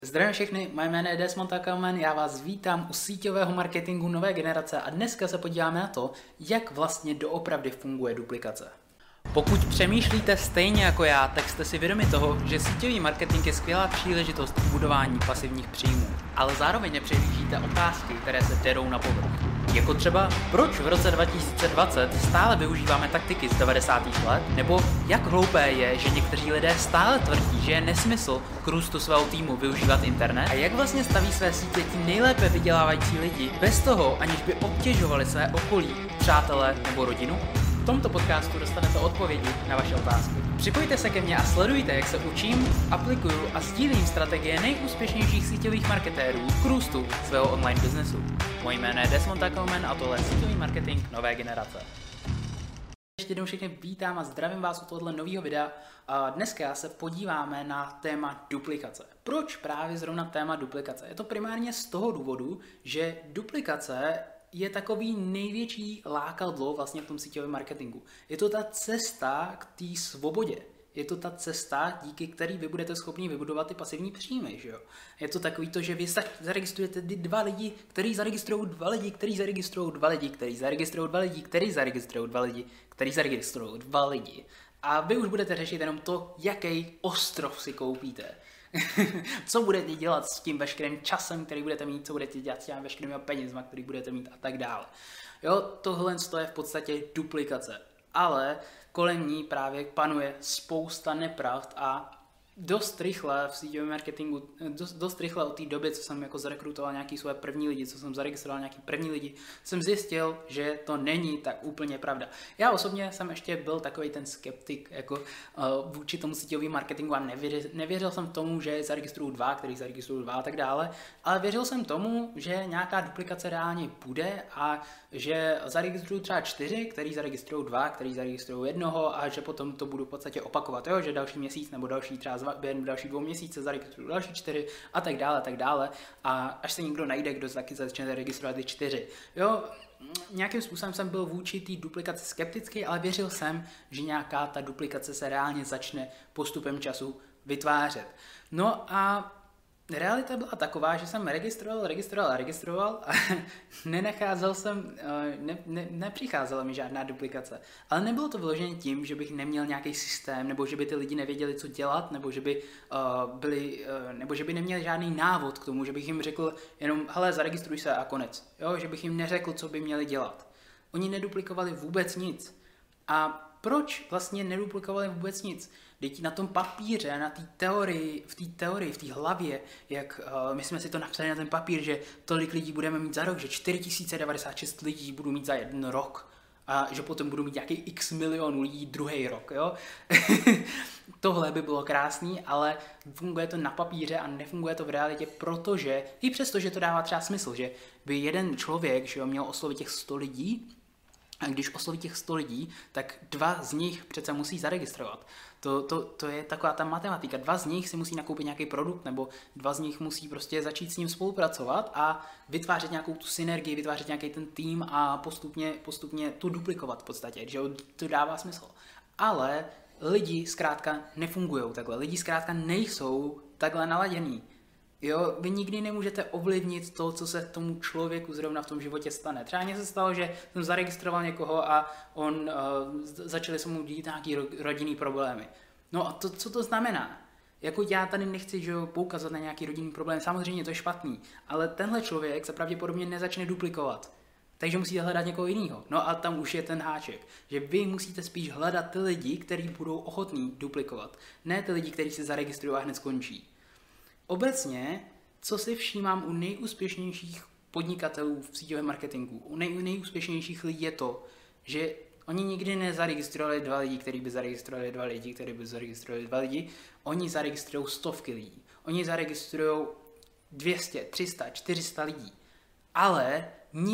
Zdravím všechny, moje jméno je Desmond Takelman, já vás vítám u síťového marketingu nové generace a dneska se podíváme na to, jak vlastně doopravdy funguje duplikace. Pokud přemýšlíte stejně jako já, tak jste si vědomi toho, že síťový marketing je skvělá příležitost k budování pasivních příjmů, ale zároveň nepřehlížíte otázky, které se derou na povrch. Jako třeba, proč v roce 2020 stále využíváme taktiky z 90. let, nebo jak hloupé je, že někteří lidé stále tvrdí, že je nesmysl k růstu svého týmu využívat internet a jak vlastně staví své sítě ti nejlépe vydělávající lidi bez toho, aniž by obtěžovali své okolí, přátele nebo rodinu. V tomto podcastu dostanete odpovědi na vaše otázky. Připojte se ke mně a sledujte, jak se učím, aplikuju a sdílím strategie nejúspěšnějších síťových marketérů k růstu svého online biznesu. Moje jméno je Desmond Takelman a tohle je síťový marketing nové generace. Ještě jednou všechny vítám a zdravím vás u tohoto nového videa. Dneska se podíváme na téma duplikace. Proč právě zrovna téma duplikace? Je to primárně z toho důvodu, že duplikace je takový největší lákadlo vlastně v tom síťovém marketingu. Je to ta cesta k té svobodě. Je to ta cesta, díky který vy budete schopni vybudovat ty pasivní příjmy, že jo? Je to takový to, že vy zaregistrujete ty dva lidi, kteří zaregistrují dva lidi, kteří zaregistrují dva lidi, kteří zaregistrují dva lidi, kteří zaregistrují dva lidi, kteří zaregistrují dva lidi. A vy už budete řešit jenom to, jaký ostrov si koupíte. Co budete dělat s tím veškerým časem, který budete mít, co budete dělat s těmi veškerými penězma, který budete mít a tak dále. Jo, tohle je v podstatě duplikace, ale kolem ní právě panuje spousta nepravd a dost rychle v síťovém marketingu, dost rychle od té doby, co jsem jako zarekrutoval nějaký své první lidi, co jsem zaregistroval nějaký první lidi, jsem zjistil, že to není tak úplně pravda. Já osobně jsem ještě byl takový ten skeptik jako vůči tomu síťovému marketingu a nevěřil jsem tomu, že zaregistruju dva, který zaregistruju dva a tak dále, ale věřil jsem tomu, že nějaká duplikace reálně bude a že zaregistruju třeba 4, který zaregistrují dva, který zaregistrují jednoho a že potom to budu v podstatě opakovat, jo? Že další měsíc nebo další třeba během další 2 měsíce zaregistruju další 4 a tak dále a až se někdo najde, kdo taky začne registrovat ty 4. Jo? Nějakým způsobem jsem byl vůči té duplikaci skeptický, ale věřil jsem, že nějaká ta duplikace se reálně začne postupem času vytvářet. No a realita byla taková, že jsem registroval a nenacházel jsem, nepřicházela mi žádná duplikace. Ale nebylo to vyloženě tím, že bych neměl nějaký systém, nebo že by ty lidi nevěděli, co dělat, nebo že by neměli žádný návod k tomu, že bych jim řekl jenom, hele, zaregistruj se a konec. Jo, že bych jim neřekl, co by měli dělat. Oni neduplikovali vůbec nic. A proč vlastně neduplikovali vůbec nic? Teď na tom papíře, na té teorii, v té hlavě, jak my jsme si to napsali na ten papír, že tolik lidí budeme mít za rok, že 4096 lidí budu mít za 1 rok a že potom budu mít nějaký x milionů lidí druhý rok, jo? Tohle by bylo krásný, ale funguje to na papíře a nefunguje to v realitě, protože i přesto, že to dává třeba smysl, že by jeden člověk, že jo, měl oslovit těch 100 lidí, a když osloví těch 100 lidí, tak 2 z nich přece musí zaregistrovat. To je taková ta matematika. 2 z nich si musí nakoupit nějaký produkt, nebo 2 z nich musí prostě začít s ním spolupracovat a vytvářet nějakou tu synergii, vytvářet nějaký ten tým a postupně tu duplikovat v podstatě, že to dává smysl. Ale lidi zkrátka nefungujou takhle. Lidi zkrátka nejsou takhle naladěný. Jo, vy nikdy nemůžete ovlivnit to, co se tomu člověku zrovna v tom životě stane. Třeba mně se stalo, že jsem zaregistroval někoho a začaly se mu dít nějaký rodinný problémy. No a co to znamená? Jako já tady nechci, že poukazat na nějaký rodinný problém, samozřejmě to je špatný, ale tenhle člověk se pravděpodobně nezačne duplikovat. Takže musíte hledat někoho jiného. No a tam už je ten háček, že vy musíte spíš hledat ty lidi, kteří budou ochotní duplikovat, ne ty lidi, kteří se zaregistrují a hned skončí. Obecně, co si všímám u nejúspěšnějších podnikatelů v síťovém marketingu, u nejúspěšnějších lidí je to, že oni nikdy nezaregistrovali 2 lidi, kteří by zaregistrovali 2 lidi, kteří by zaregistrovali 2 lidi, oni zaregistrují stovky lidí, oni zaregistrují 200, 300, 400 lidí, ale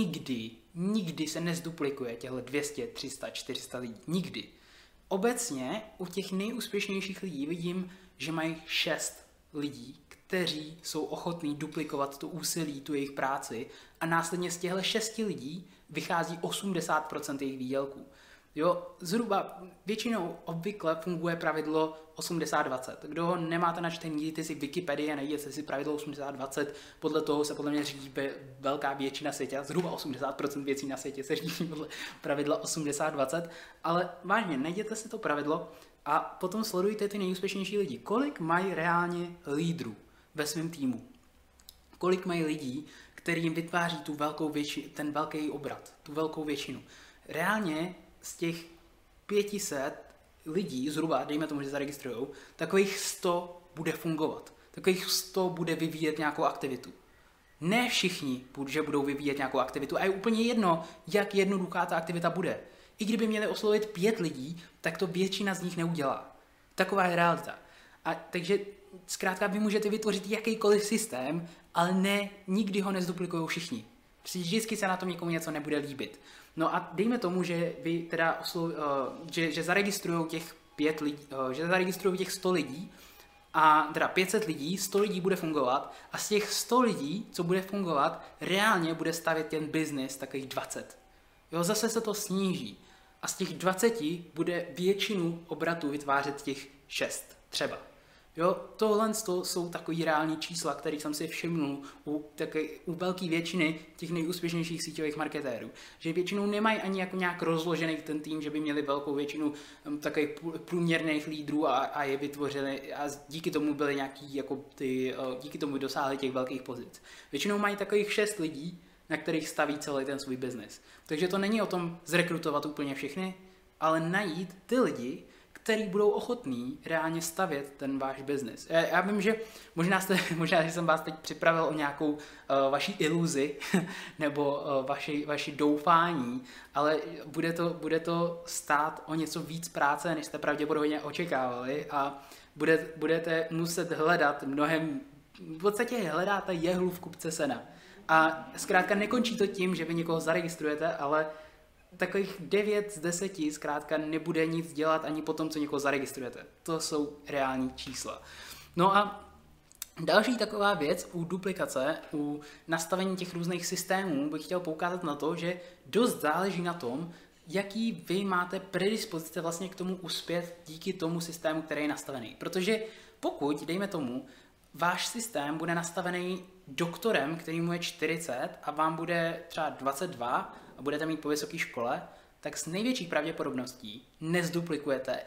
nikdy se nezduplikuje těchto 200, 300, 400 lidí, nikdy. Obecně u těch nejúspěšnějších lidí vidím, že mají 6 lidí, kteří jsou ochotní duplikovat tu úsilí, tu jejich práci a následně z těchto 6 lidí vychází 80% jejich výdělků. Jo, zhruba většinou obvykle funguje pravidlo 80-20. Kdo ho nemáte načtený, jděte si Wikipedii a najděte si pravidlo 80-20. Podle toho se podle mě řídí velká většina světa, zhruba 80% věcí na světě se řídí podle pravidla 80-20. Ale vážně, najděte si to pravidlo a potom sledujte ty nejúspěšnější lidi. Kolik mají reálně lídrů ve svém týmu? Kolik mají lidí, kterým vytváří tu velkou ten velký obrat, tu velkou většinu? Reálně z těch 500 lidí, zhruba, dejme tomu, že zaregistrujou, takových 100 bude fungovat. Takových 100 bude vyvíjet nějakou aktivitu. Ne všichni, že budou vyvíjet nějakou aktivitu a je úplně jedno, jak jednoduchá ta aktivita bude. I kdyby měli oslovit 5 lidí, tak to většina z nich neudělá. Taková je realita. A takže zkrátka vy můžete vytvořit jakýkoliv systém, ale ne, nikdy ho nezduplikují všichni. Prostě vždycky se na tom někomu něco nebude líbit. No a dejme tomu, že vy teda že zaregistrují těch 5 lidí, že zaregistrují těch 100 lidí a teda 500 lidí, 100 lidí bude fungovat a z těch 100 lidí, co bude fungovat, reálně bude stavět ten biznis takových 20. Jo, zase se to sníží a z těch 20 bude většinu obratu vytvářet těch 6 třeba. Jo, tohle jsou takový reální čísla, které jsem si všimnul u velké většiny těch nejúspěšnějších síťových marketérů. Že většinou nemají ani jako nějak rozložený ten tým, že by měli velkou většinu takových průměrných lídrů a je vytvořili a díky tomu byli nějaký jako díky tomu dosáhli těch velkých pozic. Většinou mají takových 6 lidí, na kterých staví celý ten svůj biznis. Takže to není o tom zrekrutovat úplně všechny, ale najít ty lidi, který budou ochotní reálně stavět ten váš biznis. Já vím, že možná, že jsem vás teď připravil o nějakou vaši iluzi nebo vaši doufání, ale bude to stát o něco víc práce, než jste pravděpodobně očekávali a budete muset hledat v podstatě hledáte jehlu v kupce sena. A zkrátka nekončí to tím, že vy někoho zaregistrujete, ale takových 9 z 10 zkrátka nebude nic dělat ani po tom, co někoho zaregistrujete. To jsou reální čísla. No a další taková věc u duplikace, u nastavení těch různých systémů bych chtěl poukázat na to, že dost záleží na tom, jaký vy máte predispozice vlastně k tomu uspět díky tomu systému, který je nastavený. Protože pokud, dejme tomu, váš systém bude nastavený doktorem, který mu je 40 a vám bude třeba 22 a budete mít po vysoké škole, tak s největší pravděpodobností nezduplikujete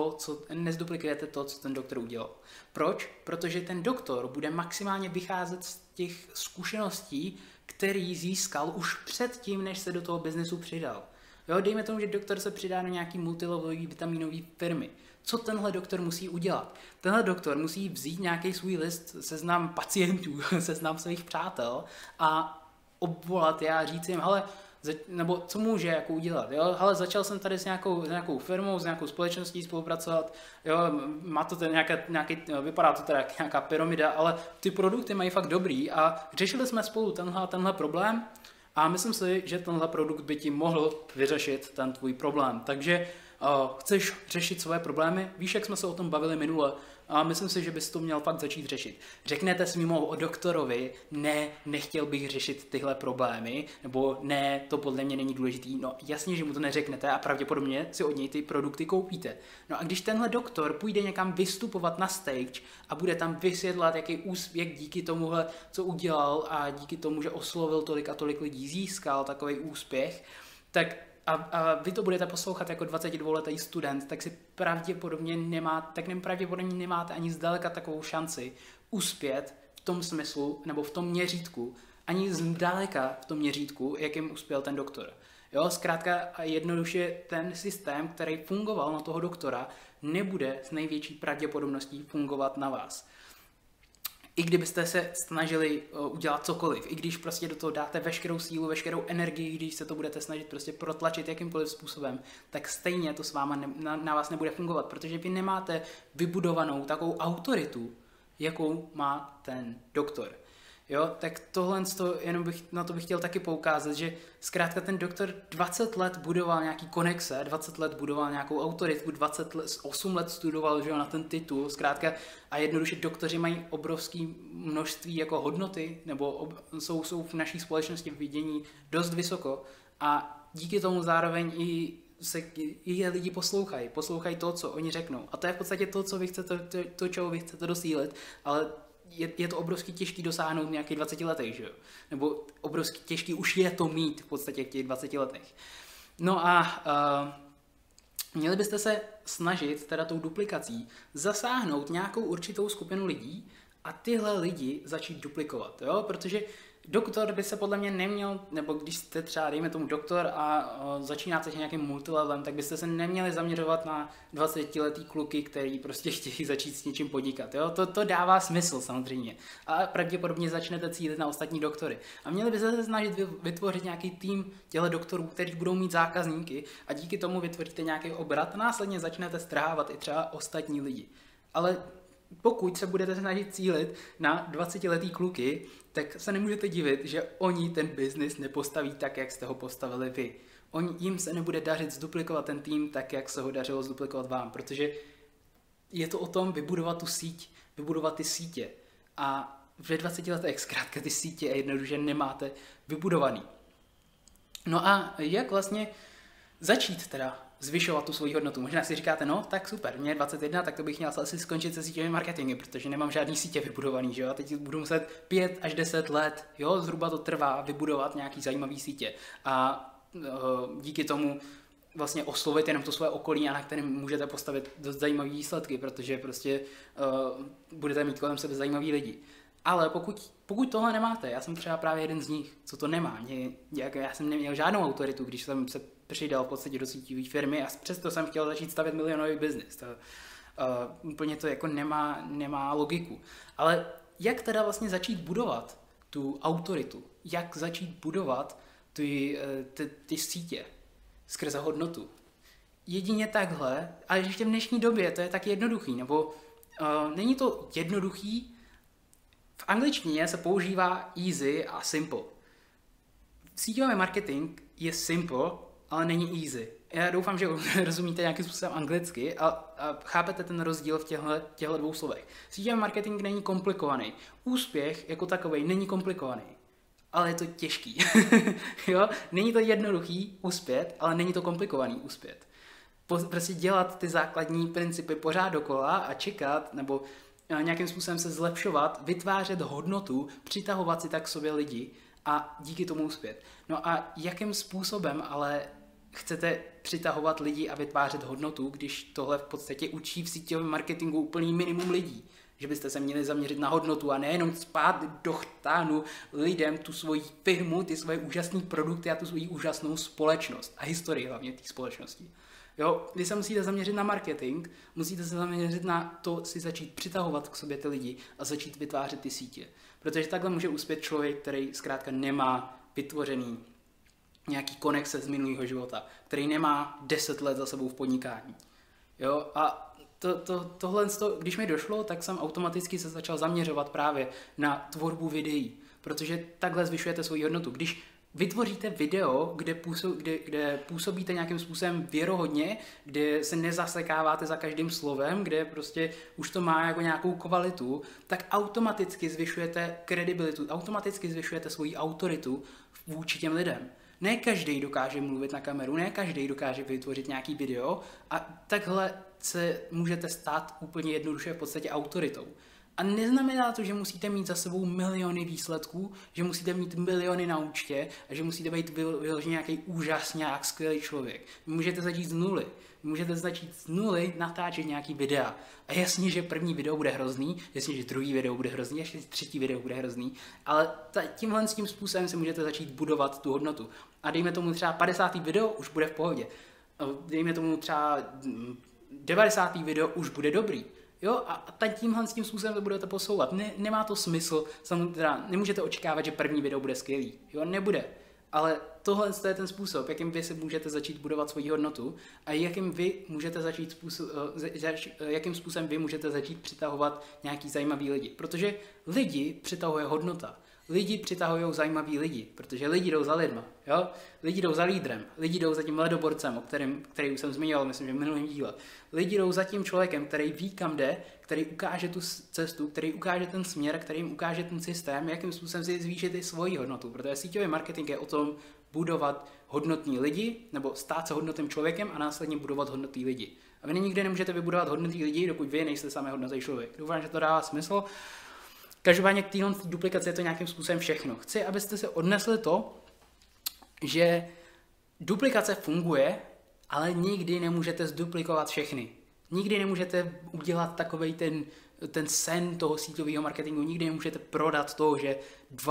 to, co ten doktor udělal. Proč? Protože ten doktor bude maximálně vycházet z těch zkušeností, který získal už předtím, než se do toho biznesu přidal. Jo, dejme tomu, že doktor se přidá do nějaký multilevelové vitaminové firmy. Co tenhle doktor musí udělat? Tenhle doktor musí vzít nějaký svůj list, seznam pacientů, seznam svých přátel a obvolat je a říct jim, hele, nebo co může jako udělat, jo? Hele, začal jsem tady s nějakou firmou, s nějakou společností spolupracovat, jo? Má to vypadá to teda jak nějaká pyramida, ale ty produkty mají fakt dobrý a řešili jsme spolu tenhle problém a myslím si, že tenhle produkt by ti mohl vyřešit ten tvůj problém. Takže chceš řešit své problémy? Víš, jak jsme se o tom bavili minule a myslím si, že bys to měl fakt začít řešit. Řeknete svýmu doktorovi, ne, nechtěl bych řešit tyhle problémy, nebo ne, to podle mě není důležitý. No jasně, že mu to neřeknete a pravděpodobně si od něj ty produkty koupíte. No a když tenhle doktor půjde někam vystupovat na stage a bude tam vysvětlat, jaký úspěch díky tomuhle, co udělal a díky tomu, že oslovil tolik a tolik lidí, získal takový úspěch, tak a vy to budete poslouchat jako 22letý student, tak pravděpodobně nemáte ani zdaleka takovou šanci uspět v tom smyslu, nebo v tom měřítku, ani zdaleka v tom měřítku, jakým uspěl ten doktor. Jo, zkrátka a jednoduše ten systém, který fungoval na toho doktora, nebude s největší pravděpodobností fungovat na vás. I kdybyste se snažili udělat cokoliv, i když prostě do toho dáte veškerou sílu, veškerou energii, když se to budete snažit prostě protlačit jakýmkoliv způsobem, tak stejně to s váma na vás nebude fungovat, protože vy nemáte vybudovanou takovou autoritu, jakou má ten doktor. Jo, tak tohle na to bych chtěl taky poukázat, že zkrátka ten doktor 20 let budoval nějaký konexe, 20 let budoval nějakou autoritu, 8 let studoval, že jo, na ten titul, zkrátka a jednoduše doktoři mají obrovské množství jako hodnoty, nebo jsou v naší společnosti vidění dost vysoko a díky tomu zároveň i je lidi poslouchají to, co oni řeknou. A to je v podstatě to, co vy chcete, to čeho vy chcete docílit, ale je to obrovsky těžký dosáhnout v nějakých 20 letech, že jo? Nebo obrovsky těžký už je to mít v podstatě v těch 20 letech. No a měli byste se snažit teda tou duplikací zasáhnout nějakou určitou skupinu lidí a tyhle lidi začít duplikovat, jo? Protože doktor by se podle mě neměl, nebo když jste třeba, dejme tomu doktor a začínáte nějakým multilevelem, tak byste se neměli zaměřovat na 20letý kluky, který prostě chtějí začít s něčím podnikat. Jo? To dává smysl samozřejmě. A pravděpodobně začnete cílit na ostatní doktory. A měli byste se snažit vytvořit nějaký tým těchto doktorů, kteří budou mít zákazníky a díky tomu vytvoříte nějaký obrat a následně začnete strhávat i třeba ostatní lidi. Ale pokud se budete snažit cílit na 20letý kluky, tak se nemůžete divit, že oni ten biznis nepostaví tak, jak jste ho postavili vy. Jim se nebude dařit zduplikovat ten tým tak, jak se ho dařilo zduplikovat vám, protože je to o tom vybudovat tu síť, vybudovat ty sítě. A ve 20 letech zkrátka ty sítě jednoduše nemáte vybudovaný. No a jak vlastně začít teda zvyšovat tu svoji hodnotu? Možná si říkáte, no tak super, mě je 21, tak to bych měl asi skončit se síťovým marketingem, protože nemám žádný sítě vybudovaný, že jo? A teď budu muset 5 až 10 let, jo, zhruba to trvá vybudovat nějaký zajímavý sítě. A díky tomu vlastně oslovit jenom to své okolí, na kterém můžete postavit dost zajímavé výsledky, protože prostě budete mít kolem sebe zajímaví lidi. Ale pokud tohle nemáte, já jsem třeba právě jeden z nich, co to nemá. Já jsem neměl žádnou autoritu, když jsem se přidal v podstatě do síťové firmy a přesto jsem chtěl začít stavět milionový biznis. Úplně to jako nemá logiku. Ale jak teda vlastně začít budovat tu autoritu? Jak začít budovat ty sítě skrze hodnotu? Jedině takhle, ale ještě v dnešní době to je tak jednoduchý, nebo není to jednoduchý. V angličtině se používá easy a simple. Síťový marketing je simple, ale není easy. Já doufám, že rozumíte nějakým způsobem anglicky a chápete ten rozdíl v těchto dvou slovech. Síťový marketing není komplikovaný. Úspěch jako takovej není komplikovaný, ale je to těžký. Jo? Není to jednoduchý uspět, ale není to komplikovaný uspět. Prostě dělat ty základní principy pořád dokola a čekat, nebo nějakým způsobem se zlepšovat, vytvářet hodnotu, přitahovat si tak k sobě lidi a díky tomu uspět. No a jakým způsobem ale chcete přitahovat lidi a vytvářet hodnotu, když tohle v podstatě učí v síťovém marketingu úplný minimum lidí? Že byste se měli zaměřit na hodnotu a nejenom spát do chtánu lidem tu svoji firmu, ty svoje úžasné produkty a tu svoji úžasnou společnost a historii hlavně té společnosti. Jo, vy se musíte zaměřit na marketing, musíte se zaměřit na to si začít přitahovat k sobě ty lidi a začít vytvářet ty sítě. Protože takhle může uspět člověk, který zkrátka nemá vytvořený nějaký konexe z minulého života, který nemá 10 let za sebou v podnikání. Jo, a tohle, když mi došlo, tak jsem automaticky se začal zaměřovat právě na tvorbu videí, protože takhle zvyšujete svoji hodnotu. Když vytvoříte video, kde působíte nějakým způsobem věrohodně, kde se nezasekáváte za každým slovem, kde prostě už to má jako nějakou kvalitu, tak automaticky zvyšujete kredibilitu, automaticky zvyšujete svoji autoritu vůči těm lidem. Ne každý dokáže mluvit na kameru, ne každý dokáže vytvořit nějaký video a takhle se můžete stát úplně jednoduše v podstatě autoritou. A neznamená to, že musíte mít za sebou miliony výsledků, že musíte mít miliony na účtě a že musíte být vyloženě nějaký úžasňák, skvělý člověk. Vy můžete začít z nuly. Vy můžete začít z nuly natáčet nějaký videa. A jasně, že první video bude hrozný, jasně, že druhý video bude hrozný, jasně, že třetí video bude hrozný, ale tímhle s tím způsobem si můžete začít budovat tu hodnotu. A dejme tomu třeba 50. video už bude v pohodě. Dejme tomu třeba 90. video už bude dobrý. Jo, a tímhle s tím způsobem to budete posouvat. Nemá to smysl, nemůžete očekávat, že první video bude skvělý. Jo, nebude. Ale tohle je ten způsob, jakým vy si můžete začít budovat svoji hodnotu a jakým způsobem vy můžete začít přitahovat nějaký zajímavý lidi. Protože lidi přitahuje hodnota. Lidi přitahují zajímaví lidi, protože lidi jdou za lidma, jo? Lidi jdou za lídrem, lidi jdou za tím ledoborcem, který už jsem zmiňoval, myslím, že v minulém díle. Lidi jdou za tím člověkem, který ví, kam jde, který ukáže tu cestu, který ukáže ten směr, který jim ukáže ten systém, jakým způsobem si zvýšit i svoji hodnotu, protože síťový marketing je o tom budovat hodnotní lidi, nebo stát se hodnotným člověkem a následně budovat hodnotní lidi. A vy nikdy nemůžete vybudovat hodnotní lidi, dokud vy nejste sami hodnotný člověk. Doufám, že to dává smysl. Každopádně k téhle duplikaci je to nějakým způsobem všechno. Chci, abyste si odnesli to, že duplikace funguje, ale nikdy nemůžete zduplikovat všechny. Nikdy nemůžete udělat takovej ten sen toho síťového marketingu, nikdy nemůžete prodat to, že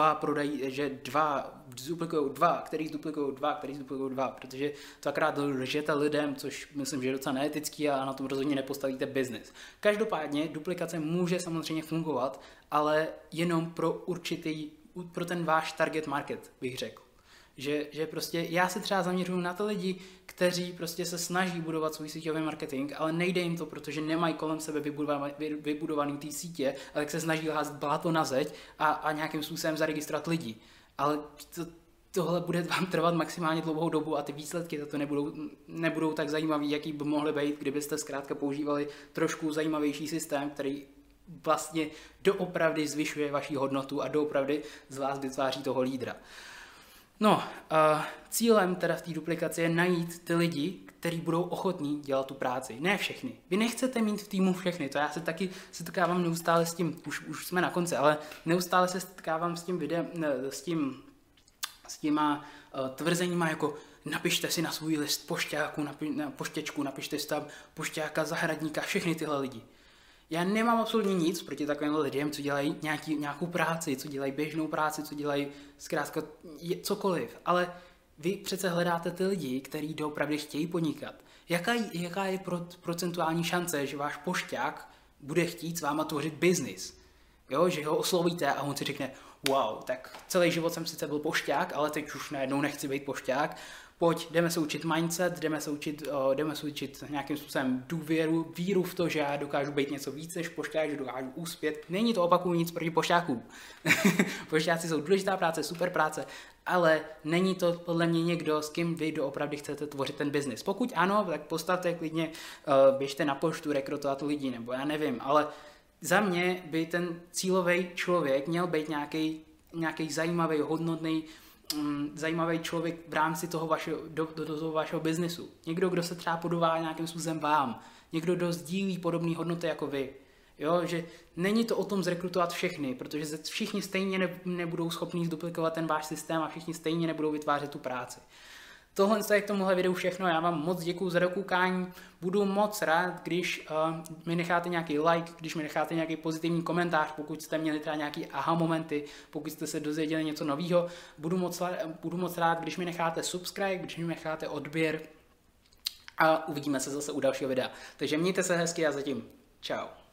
dva zduplikují dva, který zduplikují dva, protože to akorát lžete lidem, což myslím, že je docela neetický a na tom rozhodně nepostavíte biznis. Každopádně duplikace může samozřejmě fungovat, ale jenom pro ten váš target market, bych řekl. Že prostě já se třeba zaměřuju na ty lidi, kteří prostě se snaží budovat svůj síťový marketing, ale nejde jim to, protože nemají kolem sebe vybudovaný té sítě, ale tak se snaží házet bláto na zeď a nějakým způsobem zaregistrovat lidi. Ale tohle bude vám trvat maximálně dlouhou dobu a ty výsledky za to nebudou tak zajímavý, jaký by mohly být, kdybyste zkrátka používali trošku zajímavější systém, který vlastně doopravdy zvyšuje vaši hodnotu a doopravdy z vás vytváří toho lídra. No, cílem teda v té duplikaci je najít ty lidi, kteří budou ochotní dělat tu práci. Ne všechny. Vy nechcete mít v týmu všechny, to já se taky setkávám neustále s tím, už jsme na konci, ale neustále se setkávám s tím videem, s těma tvrzeníma jako napište si na svůj list pošťáku, na poštěčku, napište si tam pošťáka, zahradníka, všechny tyhle lidi. Já nemám absolutně nic proti takovým lidem, co dělají nějakou práci, co dělají běžnou práci, co dělají zkrátka cokoliv. Ale vy přece hledáte ty lidi, kteří doopravdy chtějí podnikat. Jaká je procentuální šance, že váš pošťák bude chtít s váma tvořit biznis? Jo, že ho oslovíte a on si řekne, wow, tak celý život jsem sice byl pošťák, ale teď už najednou nechci být pošťák. Pojď, jdeme se učit mindset, jdeme se učit nějakým způsobem víru v to, že já dokážu být něco víc než pošťák, že dokážu uspět. Není to, opakuju, nic proti pošťákům. Pošťáci jsou důležitá práce, super práce, ale není to podle mě někdo, s kým vy doopravdy chcete tvořit ten biznis. Pokud ano, tak postavte klidně, běžte na poštu rekrutovat lidi, nebo já nevím, ale za mě by ten cílový člověk měl být nějaký zajímavý, hodnotný, zajímavý člověk v rámci toho vašeho biznesu. Někdo, kdo se třeba podobá nějakým způsobem vám. Někdo, kdo sdílí podobné hodnoty jako vy. Jo, že není to o tom zrekrutovat všechny, protože všichni stejně nebudou schopní zduplikovat ten váš systém a všichni stejně nebudou vytvářet tu práci. Tohle je k tomuhle videu všechno, já vám moc děkuju za dokoukání, budu moc rád, když mi necháte nějaký like, když mi necháte nějaký pozitivní komentář, pokud jste měli třeba nějaký aha momenty, pokud jste se dozvěděli něco nového, budu moc rád, když mi necháte subscribe, když mi necháte odběr a uvidíme se zase u dalšího videa. Takže mějte se hezky a zatím čau.